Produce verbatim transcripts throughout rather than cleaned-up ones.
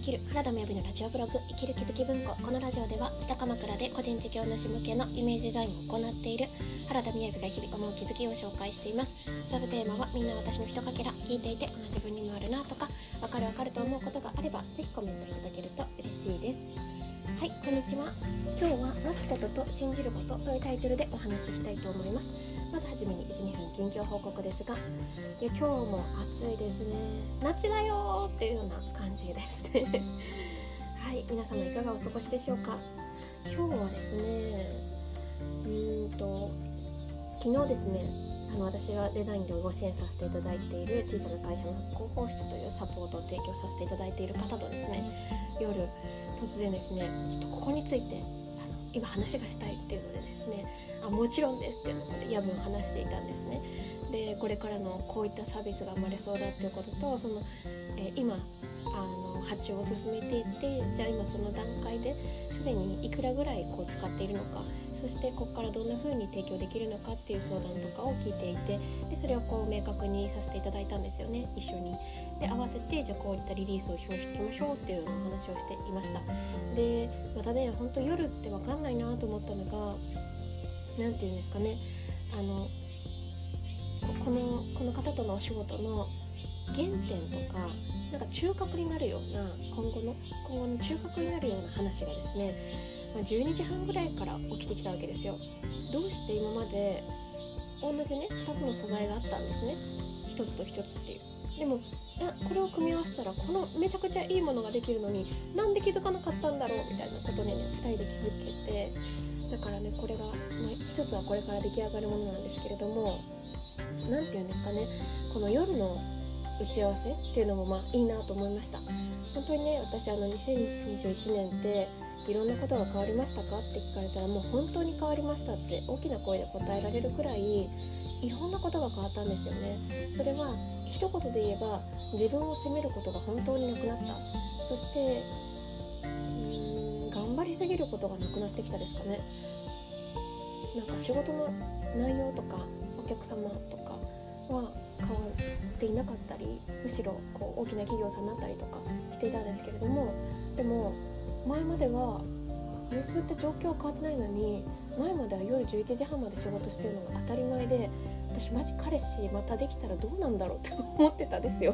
きる原田美由のラジオブログ生きる気づき文庫。このラジオでは北鎌倉で個人事業主向けのイメージデザインを行っている原田美由が日々思う気づきを紹介しています。サブテーマはみんな私のひとかけら、聞いていて同じ分にもあるなとか、わかるわかると思うことがあればぜひコメントいただけると嬉しいです。はい、こんにちは。今日は待つことと信じることというタイトルでお話ししたいと思います。まずはじめに いちにふん近況報告ですが、いや今日も暑いですね。夏だよーっていうような感じですねはい、皆様いかがお過ごしでしょうか。今日はですねうーんと昨日ですねあの私がデザインでご支援させていただいている小さな会社の広報室というサポートを提供させていただいている方とですね、夜突然ですねちょっとここについて今話がしたいっていうのでですね、あもちろんですっていうので夜分話していたんですね。でこれからのこういったサービスが生まれそうだっていうことと、その、えー、今あの発注を進めていて、じゃあ今その段階ですでにいくらぐらいこう使っているのか、そしてここからどんな風に提供できるのかっていう相談とかを聞いていて、でそれをこう明確にさせていただいたんですよね、一緒に。で合わせてじゃあこういったリリースをしていきましょうっていうような話をしていました。でまたね本当夜って分かんないなと思ったのが、なんていうんですかね、あのこのこの方とのお仕事の原点とか、なんか中核になるような今後の今後の中核になるような話がですね、まあ、じゅうにじはんぐらいから起きてきたわけですよ。どうして今まで同じねふたつの素材があったんですね、一つと一つっていう。でもこれを組み合わせたらこのめちゃくちゃいいものができるのになんで気づかなかったんだろうみたいなことにねふたりで気づけて、だからねこれが、まあ、一つはこれから出来上がるものなんですけれども、なんていうんですかね、この夜の打ち合わせっていうのもまあいいなと思いました。本当にね私あのにせんにじゅういちねんっていろんなことが変わりましたかって聞かれたら、もう本当に変わりましたって大きな声で答えられるくらいいろんなことが変わったんですよね。それは一言で言えば自分を責めることが本当になくなった。そしてうーん頑張りすぎることがなくなってきたですかね。なんか仕事の内容とかお客様とかは変わっていなかったり、むしろこう大きな企業さんになったりとかしていたんですけれども、でも前まではそういった状況は変わってないのに、前までは夜じゅういちじはんまで仕事してるのが当たり前で、私マジ彼氏またできたらどうなんだろうって思ってたんですよ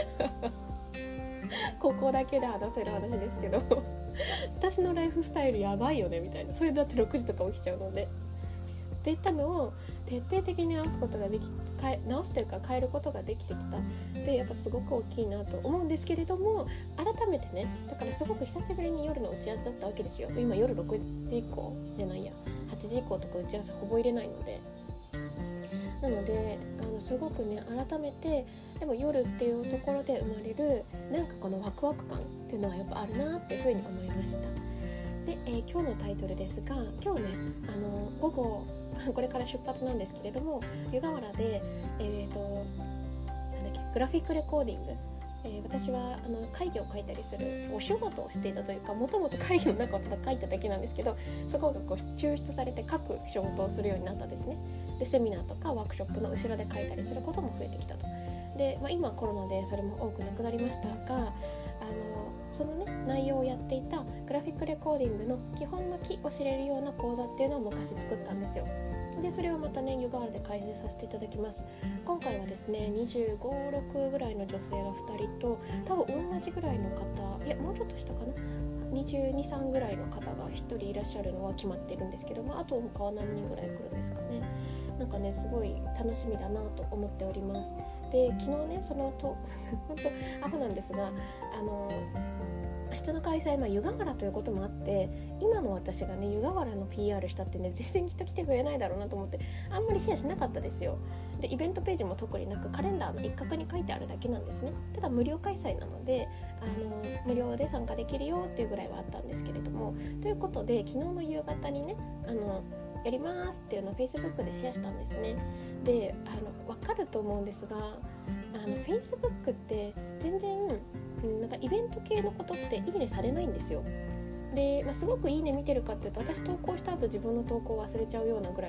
ここだけで話せる話ですけど私のライフスタイルやばいよねみたいな。それだってろくじとか起きちゃうのでっていったのを徹底的に直すことができ直すというか変えることができてきたで、やっぱすごく大きいなと思うんですけれども、改めてねだからすごく久しぶりに夜の打ち合わせだったわけですよ。今夜ろくじ以降じゃないやはちじ以降とか打ち合わせほぼ入れないので、なのであのすごくね改めて、でも夜っていうところで生まれるなんかこのワクワク感っていうのはやっぱあるなっていうふうに思いました。で、えー、今日のタイトルですが、今日ねあの午後これから出発なんですけれども、湯河原で、えーと、なんだっけグラフィックレコーディング、えー、私はあの会議を書いたりするお仕事をしていたというか、もともと会議の中をただ書いただけなんですけど、そこがこう抽出されて書く仕事をするようになったんですね。でセミナーとかワークショップの後ろで書いたりすることも増えてきたと。で、まあ、今コロナでそれも多くなくなりましたが、あのそのね内容をやっていたグラフィックレコーディングの基本の木を知れるような講座っていうのを昔作ったんですよ。でそれをまたね湯河原で開催させていただきます。今回はですねにじゅうご、ろくぐらいの女性がふたりと、多分同じぐらいの方、いやもうちょっと下かな、にじゅうに、さんぐらいの方がひとりいらっしゃるのは決まってるんですけど、まあ、あと他は何人ぐらい来るんですかね。なんかねすごい楽しみだなと思っております。で昨日ねその後本当アホなんですが、あの明日の開催、まあ、湯河原ということもあって、今の私がね湯河原の ピーアール したってね全然人来てくれないだろうなと思ってあんまりシェアしなかったですよ。でイベントページも特になくカレンダーの一角に書いてあるだけなんですね。ただ無料開催なのであの無料で参加できるよっていうぐらいはあったんですけれども、ということで昨日の夕方にねあのやりますっていうのを Facebook でシェアしたんですね。であの分かると思うんですが、あの Facebook って全然、うん、なんかイベント系のことっていいねされないんですよ。で、まあ、すごくいいね見てるかっていうと、私投稿した後自分の投稿を忘れちゃうようなぐらいな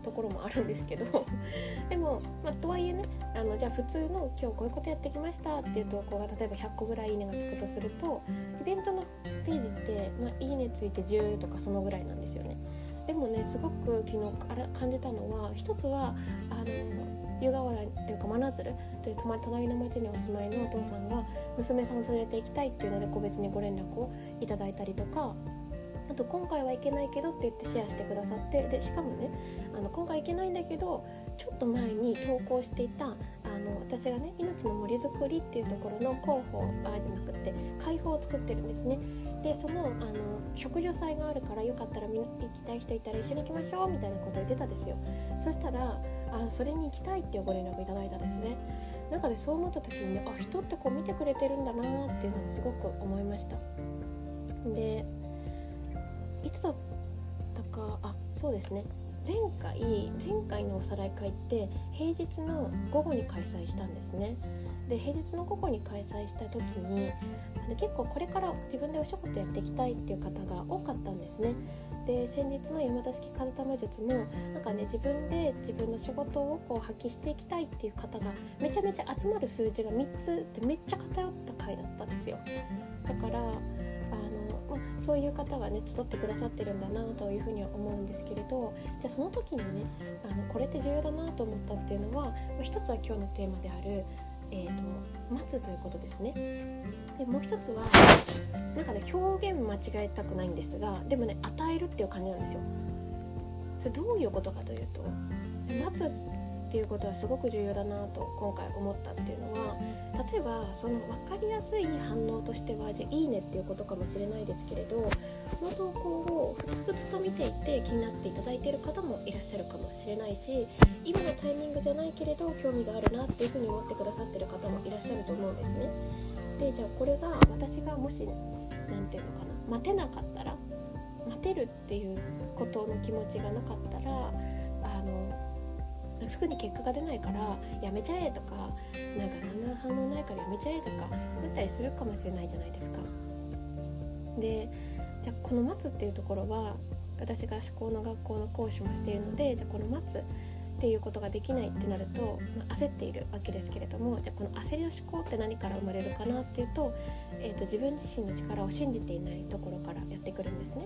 ところもあるんですけどでも、まあ、とはいえね、あのじゃあ普通の今日こういうことやってきましたっていう投稿が例えばひゃっこぐらいいいねがつくとすると、イベントのページって、まあ、いいねついてじゅうとかそのぐらいなんですよね。でもね、すごく昨日感じたのは、一つはあの湯河原というか真鶴という隣の町にお住まいのお父さんが娘さんを連れて行きたいっていうので個別にご連絡をいただいたりとか、あと今回は行けないけどって言ってシェアしてくださって、でしかもね、あの今回行けないんだけどちょっと前に投稿していたあの私がね命の森づくりっていうところの広報あじゃなくて会報を作ってるんですね。でその、あの植樹祭があるからよかったらみ行きたい人いたら一緒に行きましょうみたいなことを言ってたんですよ。そしたらあそれに行きたいっていうご連絡いただいたんですね。なんかでそう思った時にね、あ人ってこう見てくれてるんだなっていうのをすごく思いました。でいつだったか、あそうですね、前回前回のおさらい会って平日の午後に開催したんですね。で平日の午後に開催した時に結構これから自分でお仕事やっていきたいっていう方が多かったんですね。で先日の山田式風玉術もなんかね、自分で自分の仕事をこう発揮していきたいっていう方がめちゃめちゃ集まる数字がみっつってめっちゃ偏った回だったんですよ。だからあの、まあ、そういう方がね集ってくださってるんだなというふうには思うんですけれど、じゃあその時にね、あのこれって重要だなと思ったっていうのは、まあ、一つは今日のテーマであるえーと、待つということですね。でもう一つはなんかね、表現間違えたくないんですが、でもね与えるっていう感じなんですよ。それどういうことかというと、待つっていうことはすごく重要だなと今回思ったっていうのは、例えばその分かりやすい反応としてはじゃあいいねっていうことかもしれないですけれど、その投稿をふつふつと見ていて気になっていただいている方もいらっしゃるかもしれないし、今のタイミングじゃないけれど興味があるなっていうふうに思ってくださっている方もいらっしゃると思うんですね。でじゃあこれが私がもしなんていうのかな、待てなかったら、待てるっていうことの気持ちがなかったら、あのすぐに結果が出ないからやめちゃえとか、なんか何の反応ないからやめちゃえとかなったりするかもしれないじゃないですか。でじゃあこの待つっていうところは、私が思考の学校の講師もしているので、じゃあこの待つっていうことができないってなると、まあ、焦っているわけですけれども、じゃあこの焦りの思考って何から生まれるかなっていうと、えーと、自分自身の力を信じていないところからやってくるんですね。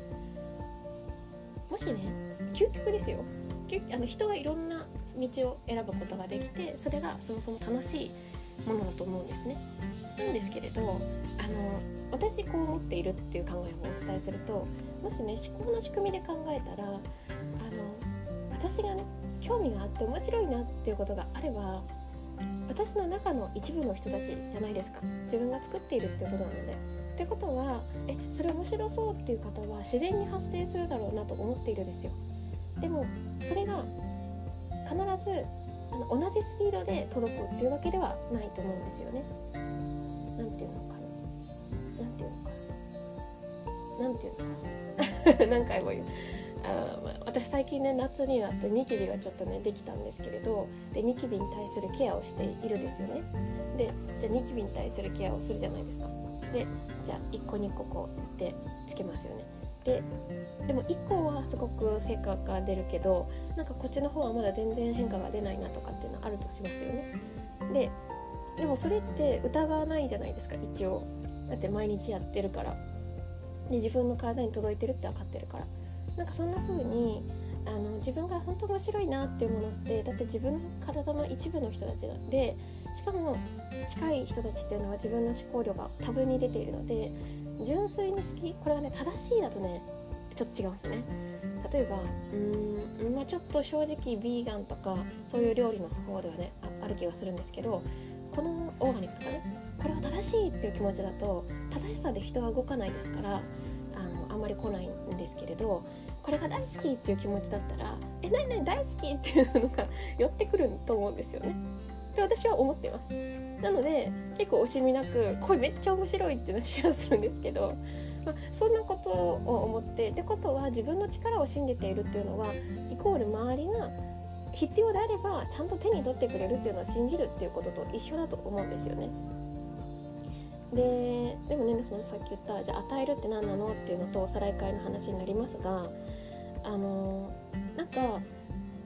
もしね、究極ですよ、あの人はいろんな道を選ぶことができて、それがそもそも楽しいものだと思うんですね。なんですけれど、あの私こう思っているっていう考えをお伝えすると、もしね思考の仕組みで考えたら、あの私がね興味があって面白いなっていうことがあれば、私の中の一部の人たちじゃないですか、自分が作っているっていうことなので。ってことはえそれ面白そうっていう方は自然に発生するだろうなと思っているんですよ。でもそれが必ずあの同じスピードで届くっていうわけではないと思うんですよね。なんていうのかななんていうのかななんていうのかな何回も言うあ、まあ、私最近ね夏になってニキビがちょっとねできたんですけれど、でニキビに対するケアをしているんですよね。でじゃあニキビに対するケアをするじゃないですか。でじゃあいっこにここうやってつけますよね。ででもいっこはすごく成果が出るけど、なんかこっちの方はまだ全然変化が出ないなとかっていうのあるとしますよね。ででもそれって疑わないじゃないですか、一応。だって毎日やってるから、で自分の体に届いてるって分かってるから。なんかそんな風にあの自分が本当面白いなっていうものって、だって自分の体の一部の人たちなんで、しかも近い人たちっていうのは自分の思考量が多分に出ているので、純粋に好き、これがね正しいだとねちょっと違うんですね。例えばうーん、まあ、ちょっと正直ビーガンとかそういう料理の方ではね あ, ある気がするんですけど、このオーガニックとかね、これは正しいっていう気持ちだと正しさで人は動かないですから、あのあんまり来ないんですけれど、これが大好きっていう気持ちだったら、え何何大好きっていうのが寄ってくると思うんですよねって私は思っています。なので結構惜しみなくこれめっちゃ面白いっていうのをシェアするんですけど、まあ、そんなことを思ってってことは、自分の力を信じているっていうのはイコール周りが必要であればちゃんと手に取ってくれるっていうのを信じるっていうことと一緒だと思うんですよね。ででもね、そのさっき言ったじゃあ与えるって何なのっていうのとおさらい会の話になりますが、あのなんか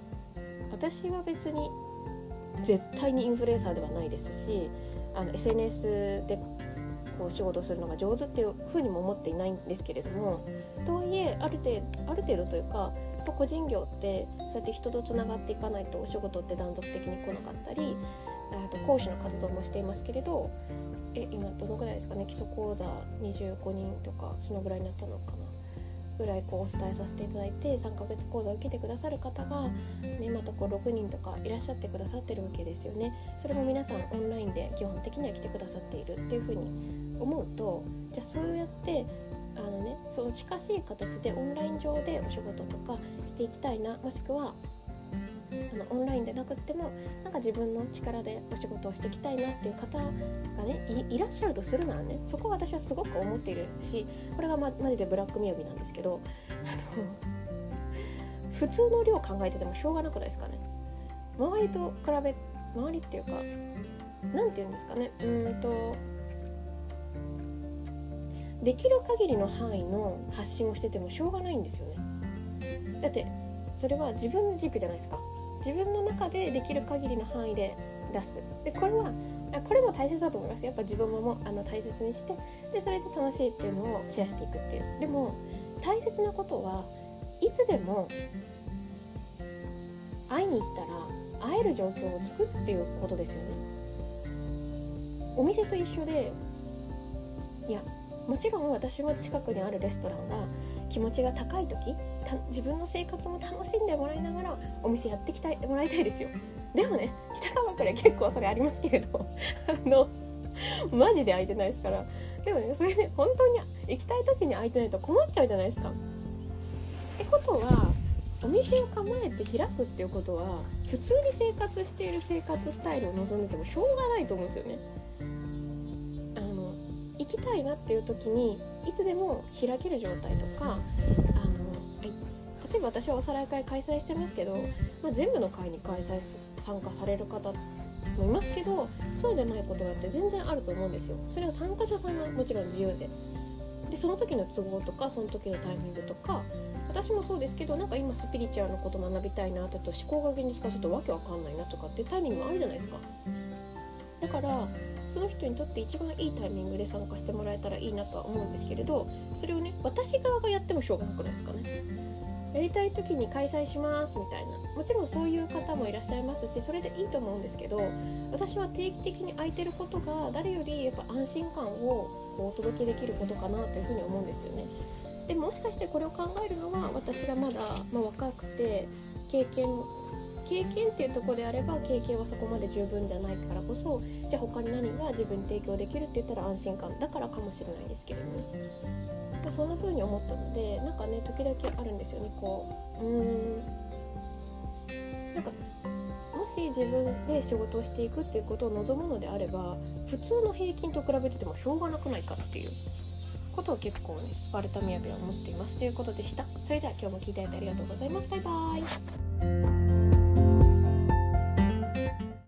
私は別に絶対にインフルエンサーではないですし、あの エスエヌエス でこう仕事するのが上手っていうふうにも思っていないんですけれども、とはいえある程度、ある程度というか、やっぱ個人業ってそうやって人とつながっていかないとお仕事って断続的に来なかったり、あと講師の活動もしていますけれど、え今どのぐらいですかね、基礎講座にじゅうごにんとかそのぐらいになったのかなぐらいこうお伝えさせていただいて、さんかげつ講座を受けてくださる方が、ね、またこうろくにんとかいらっしゃってくださってるわけですよね。それも皆さんオンラインで基本的には来てくださっているっていうふうに思うと、じゃあそうやってあの、ね、その近しい形でオンライン上でお仕事とかしていきたいな、もしくはあのオンラインでなくってもなんか自分の力でお仕事をしていきたいなっていう方がね い, いらっしゃるとするならね、そこは私はすごく思っているし、これが ま, マジでブラックみやびなんですけど、あの普通の量考えててもしょうがなくないですかね。周りと比べ周りっていうかなんていうんですかね、うーんとできる限りの範囲の発信をしててもしょうがないんですよね。だってそれは自分軸じゃないですか。自分の中でできる限りの範囲で出す。でこれはこれも大切だと思います。やっぱ自分もあの大切にして、でそれで楽しいっていうのをシェアしていくっていう。でも大切なことはいつでも会いに行ったら会える状況を作るっていうことですよね。お店と一緒で、いやもちろん私も近くにあるレストランが気持ちが高い時、自分の生活も楽しんでもらいながらお店やってきたいもらいたいですよ。でもね、北鎌倉結構それありますけれどあのマジで空いてないですから。でもね、それで、ね、本当に行きたい時に空いてないと困っちゃうじゃないですか。ってことはお店を構えて開くっていうことは普通に生活している生活スタイルを望んでてもしょうがないと思うんですよね。あの行きたいなっていう時にいつでも開ける状態とか、あの例えば私はおさらい会開催してますけど、まあ、全部の会に開催参加される方もいますけど、そうじゃないことだって全然あると思うんですよ。それは参加者さんはもちろん自由で、でその時の都合とかその時のタイミングとか、私もそうですけど、なんか今スピリチュアルのこと学びたいなってと思考が現実化するとわけわかんないなとかっていうタイミングもあるじゃないですか。だからその人にとって一番いいタイミングで参加してもらえたらいいなとは思うんですけれど、それをね私側がやってもしょうがなくないですかね。やりたい時に開催しますみたいな、もちろんそういう方もいらっしゃいますし、それでいいと思うんですけど、私は定期的に空いてることが誰よりやっぱ安心感をお届けできることかなというふうに思うんですよね。でもしかしてこれを考えるのは私がまだ、まあ、若くて経験経験っていうところであれば経験はそこまで十分じゃないからこそ、じゃあ他に何が自分に提供できるって言ったら安心感だからかもしれないですけれどね。そんな風に思ったので、なんかね時々あるんですよね。こううーんなんかもし自分で仕事をしていくっていうことを望むのであれば、普通の平均と比べててもしょうがなくないかっていうことを結構ねスパルタみやびは思っていますということでした。それでは今日も聞いていただいてありがとうございます。バイバーイ。